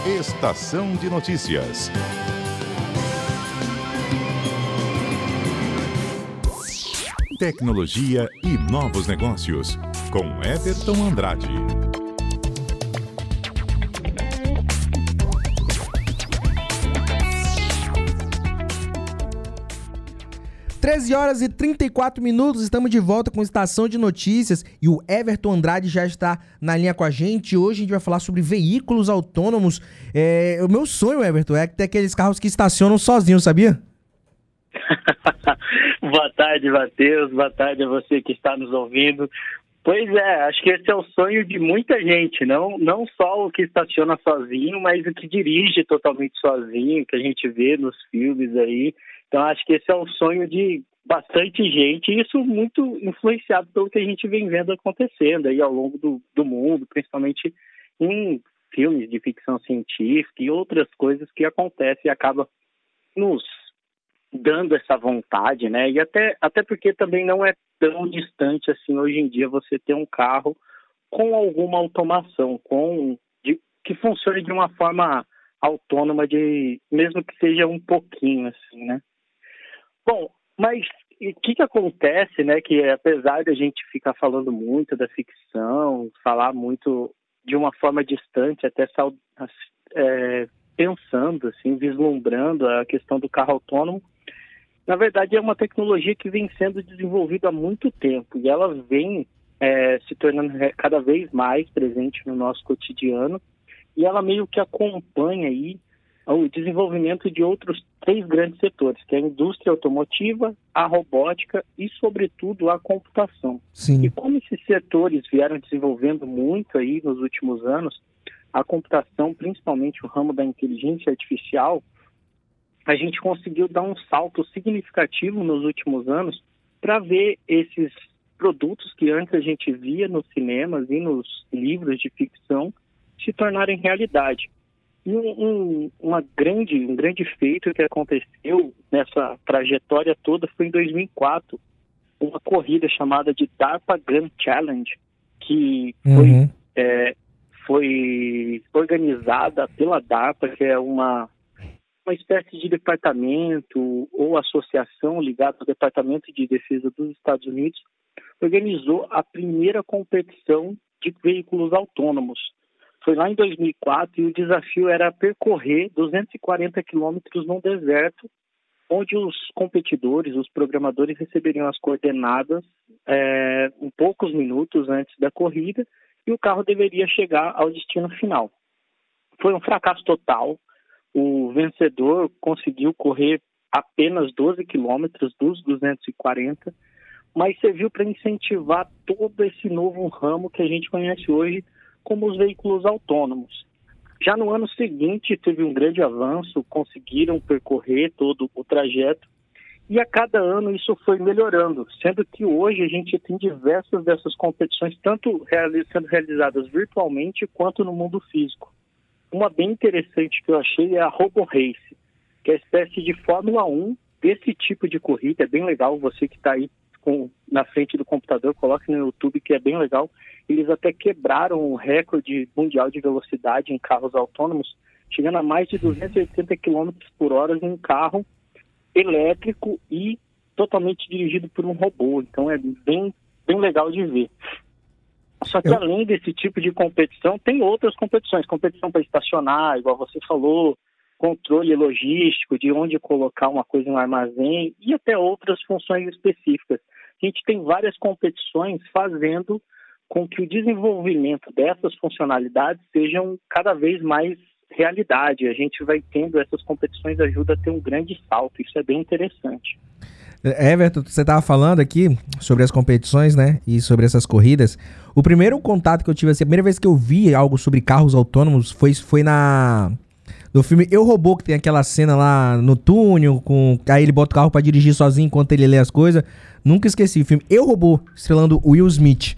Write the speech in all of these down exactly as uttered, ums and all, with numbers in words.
Estação de Notícias. Tecnologia e novos negócios, com Everton Andrade. treze horas e trinta e quatro minutos, estamos de volta com Estação de Notícias e o Everton Andrade já está na linha com a gente. Hoje a gente vai falar sobre veículos autônomos. É, o meu sonho, Everton, é ter aqueles carros que estacionam sozinhos, sabia? Boa tarde, Matheus. Boa tarde a você que está nos ouvindo. Pois é, acho que esse é o sonho de muita gente, não, não só o que estaciona sozinho, mas o que dirige totalmente sozinho, que a gente vê nos filmes aí. Então, acho que esse é o sonho de bastante gente, e isso muito influenciado pelo que a gente vem vendo acontecendo aí ao longo do, do mundo, principalmente em filmes de ficção científica e outras coisas que acontecem e acabam nos dando essa vontade, né? E até, até porque também não é tão distante assim hoje em dia você ter um carro com alguma automação, com de, que funcione de uma forma autônoma, de, mesmo que seja um pouquinho assim, né? Bom, mas o que, que acontece, né, que apesar de a gente ficar falando muito da ficção, falar muito de uma forma distante, até é, pensando, assim, vislumbrando a questão do carro autônomo, na verdade é uma tecnologia que vem sendo desenvolvida há muito tempo e ela vem é, se tornando cada vez mais presente no nosso cotidiano e ela meio que acompanha aí o desenvolvimento de outros três grandes setores, que é a indústria automotiva, a robótica e, sobretudo, a computação. Sim. E como esses setores vieram desenvolvendo muito aí nos últimos anos, a computação, principalmente o ramo da inteligência artificial, a gente conseguiu dar um salto significativo nos últimos anos para ver esses produtos que antes a gente via nos cinemas e nos livros de ficção se tornarem realidade. E um, um, uma grande, um grande feito que aconteceu nessa trajetória toda foi em dois mil e quatro, uma corrida chamada de DARPA Gun Challenge, que foi, uhum. é, foi organizada pela DARPA, que é uma, uma espécie de departamento ou associação ligada ao Departamento de Defesa dos Estados Unidos, organizou a primeira competição de veículos autônomos. Foi lá em dois mil e quatro e o desafio era percorrer duzentos e quarenta quilômetros num deserto, onde os competidores, os programadores, receberiam as coordenadas é, em poucos minutos antes da corrida e o carro deveria chegar ao destino final. Foi um fracasso total. O vencedor conseguiu correr apenas doze quilômetros dos duzentos e quarenta, mas serviu para incentivar todo esse novo ramo que a gente conhece hoje como os veículos autônomos. Já no ano seguinte teve um grande avanço, conseguiram percorrer todo o trajeto e a cada ano isso foi melhorando, sendo que hoje a gente tem diversas dessas competições, tanto reali- sendo realizadas virtualmente quanto no mundo físico. Uma bem interessante que eu achei é a RoboRace, que é a espécie de Fórmula um desse tipo de corrida. É bem legal, você que está aí com, na frente do computador, coloque no YouTube que é bem legal. Eles até quebraram o recorde mundial de velocidade em carros autônomos, chegando a mais de duzentos e oitenta quilômetros por hora em um carro elétrico e totalmente dirigido por um robô. Então é bem, bem legal de ver. Só que Eu... além desse tipo de competição, tem outras competições. Competição para estacionar, igual você falou, controle logístico, de onde colocar uma coisa no armazém e até outras funções específicas. A gente tem várias competições fazendo com que o desenvolvimento dessas funcionalidades sejam cada vez mais realidade. A gente vai tendo essas competições, ajuda a ter um grande salto. Isso é bem interessante. Everton, você estava falando aqui sobre as competições, né, e sobre essas corridas. O primeiro contato que eu tive, assim, a primeira vez que eu vi algo sobre carros autônomos foi, foi na... no filme Eu, Robô, que tem aquela cena lá no túnel, com aí ele bota o carro pra dirigir sozinho enquanto ele lê as coisas. Nunca esqueci o filme Eu, Robô, estrelando Will Smith.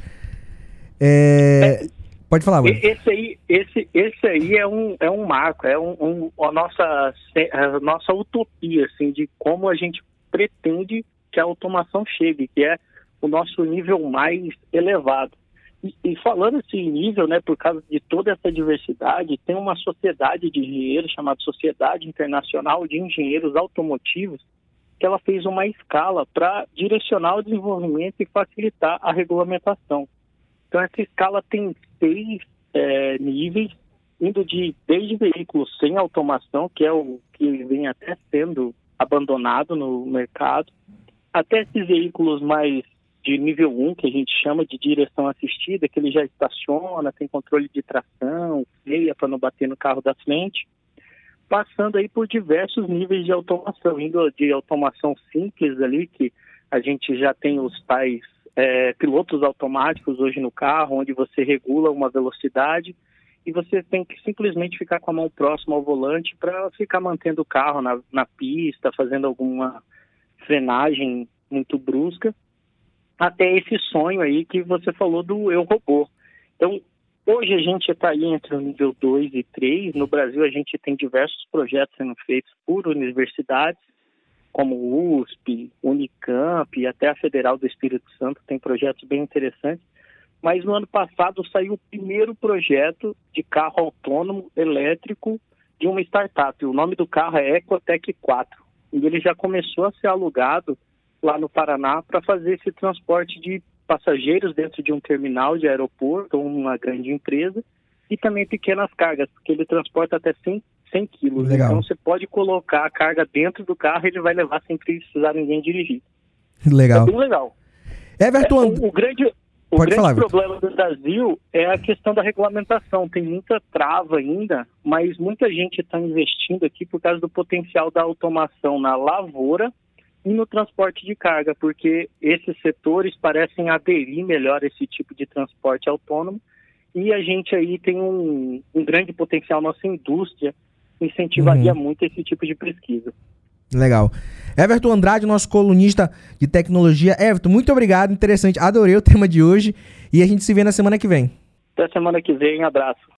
É... É, pode falar, mano. Esse aí, esse, esse aí é, um, é um marco, é um, um, a, nossa, a nossa utopia, assim, de como a gente pretende que a automação chegue, que é o nosso nível mais elevado. E, e falando assim em nível, né, por causa de toda essa diversidade, tem uma sociedade de engenheiros chamada Sociedade Internacional de Engenheiros Automotivos, que ela fez uma escala para direcionar o desenvolvimento e facilitar a regulamentação. Então essa escala tem seis é, níveis, indo de desde veículos sem automação, que é o que vem até sendo abandonado no mercado, até esses veículos mais de nível um, que a gente chama de direção assistida, que ele já estaciona, tem controle de tração, freia para não bater no carro da frente, passando aí por diversos níveis de automação, indo de automação simples ali, que a gente já tem os tais é, pilotos automáticos hoje no carro, onde você regula uma velocidade e você tem que simplesmente ficar com a mão próxima ao volante para ficar mantendo o carro na, na pista, fazendo alguma frenagem muito brusca, até esse sonho aí que você falou do Eu Robô. Então, hoje a gente está aí entre o nível dois e três. No Brasil, a gente tem diversos projetos sendo feitos por universidades, como U S P, Unicamp e até a Federal do Espírito Santo, tem projetos bem interessantes. Mas no ano passado saiu o primeiro projeto de carro autônomo elétrico de uma startup. O nome do carro é Ecotec quatro. E ele já começou a ser alugado lá no Paraná para fazer esse transporte de passageiros dentro de um terminal de aeroporto ou uma grande empresa e também pequenas cargas, porque ele transporta até cem quilos. Legal. Então você pode colocar a carga dentro do carro e ele vai levar sem precisar ninguém dirigir. Legal. É bem legal. Everton, É, o, o grande, o pode grande falar, problema do Brasil é a questão da regulamentação. Tem muita trava ainda, mas muita gente está investindo aqui por causa do potencial da automação na lavoura e no transporte de carga, porque esses setores parecem aderir melhor a esse tipo de transporte autônomo e a gente aí tem um, um grande potencial, nossa indústria incentivaria uhum. muito esse tipo de pesquisa. Legal. Everton Andrade, nosso colunista de tecnologia. Everton, muito obrigado, interessante, adorei o tema de hoje e a gente se vê na semana que vem. Até semana que vem, abraço.